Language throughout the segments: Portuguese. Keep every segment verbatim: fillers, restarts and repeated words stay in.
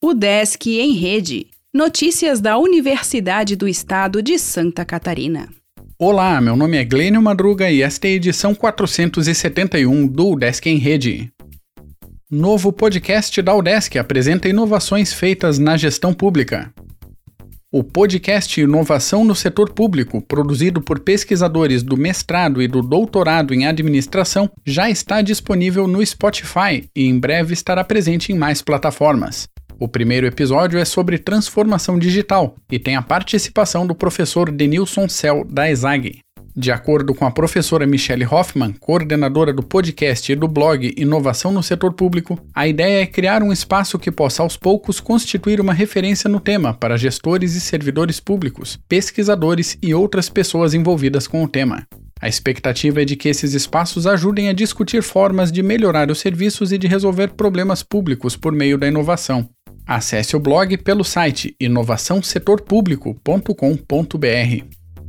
UDESC em Rede. Notícias da Universidade do Estado de Santa Catarina. Olá, meu nome é Glênio Madruga e esta é a edição quatrocentos e setenta e um do UDESC em Rede. Novo podcast da UDESC apresenta inovações feitas na gestão pública. O podcast Inovação no Setor Público, produzido por pesquisadores do mestrado e do doutorado em administração, já está disponível no Spotify e em breve estará presente em mais plataformas. O primeiro episódio é sobre transformação digital e tem a participação do professor Denilson Cell, da ESAG. De acordo com a professora Michelle Hoffman, coordenadora do podcast e do blog Inovação no Setor Público, a ideia é criar um espaço que possa aos poucos constituir uma referência no tema para gestores e servidores públicos, pesquisadores e outras pessoas envolvidas com o tema. A expectativa é de que esses espaços ajudem a discutir formas de melhorar os serviços e de resolver problemas públicos por meio da inovação. Acesse o blog pelo site inovação setor público ponto com ponto b r.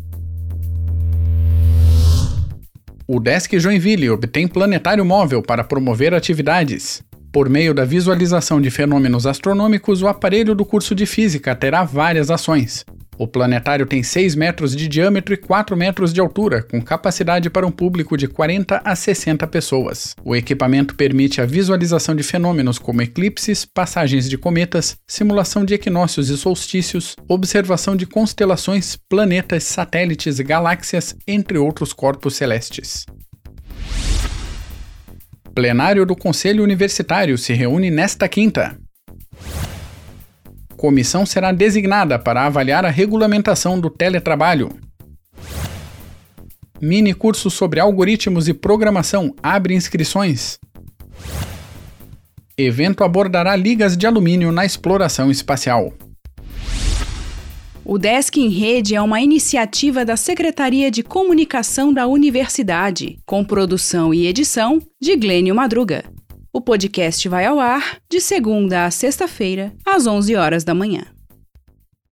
O UDESC Joinville obtém planetário móvel para promover atividades. Por meio da visualização de fenômenos astronômicos, o aparelho do curso de Física terá várias ações. O planetário tem seis metros de diâmetro e quatro metros de altura, com capacidade para um público de quarenta a sessenta pessoas. O equipamento permite a visualização de fenômenos como eclipses, passagens de cometas, simulação de equinócios e solstícios, observação de constelações, planetas, satélites, galáxias, entre outros corpos celestes. Plenário do Conselho Universitário se reúne nesta quinta. Comissão será designada para avaliar a regulamentação do teletrabalho. Mini curso sobre algoritmos e programação abre inscrições. Evento abordará ligas de alumínio na exploração espacial. O UDESC em Rede é uma iniciativa da Secretaria de Comunicação da Universidade, com produção e edição de Glênio Madruga. O podcast vai ao ar de segunda a sexta-feira, às onze horas da manhã.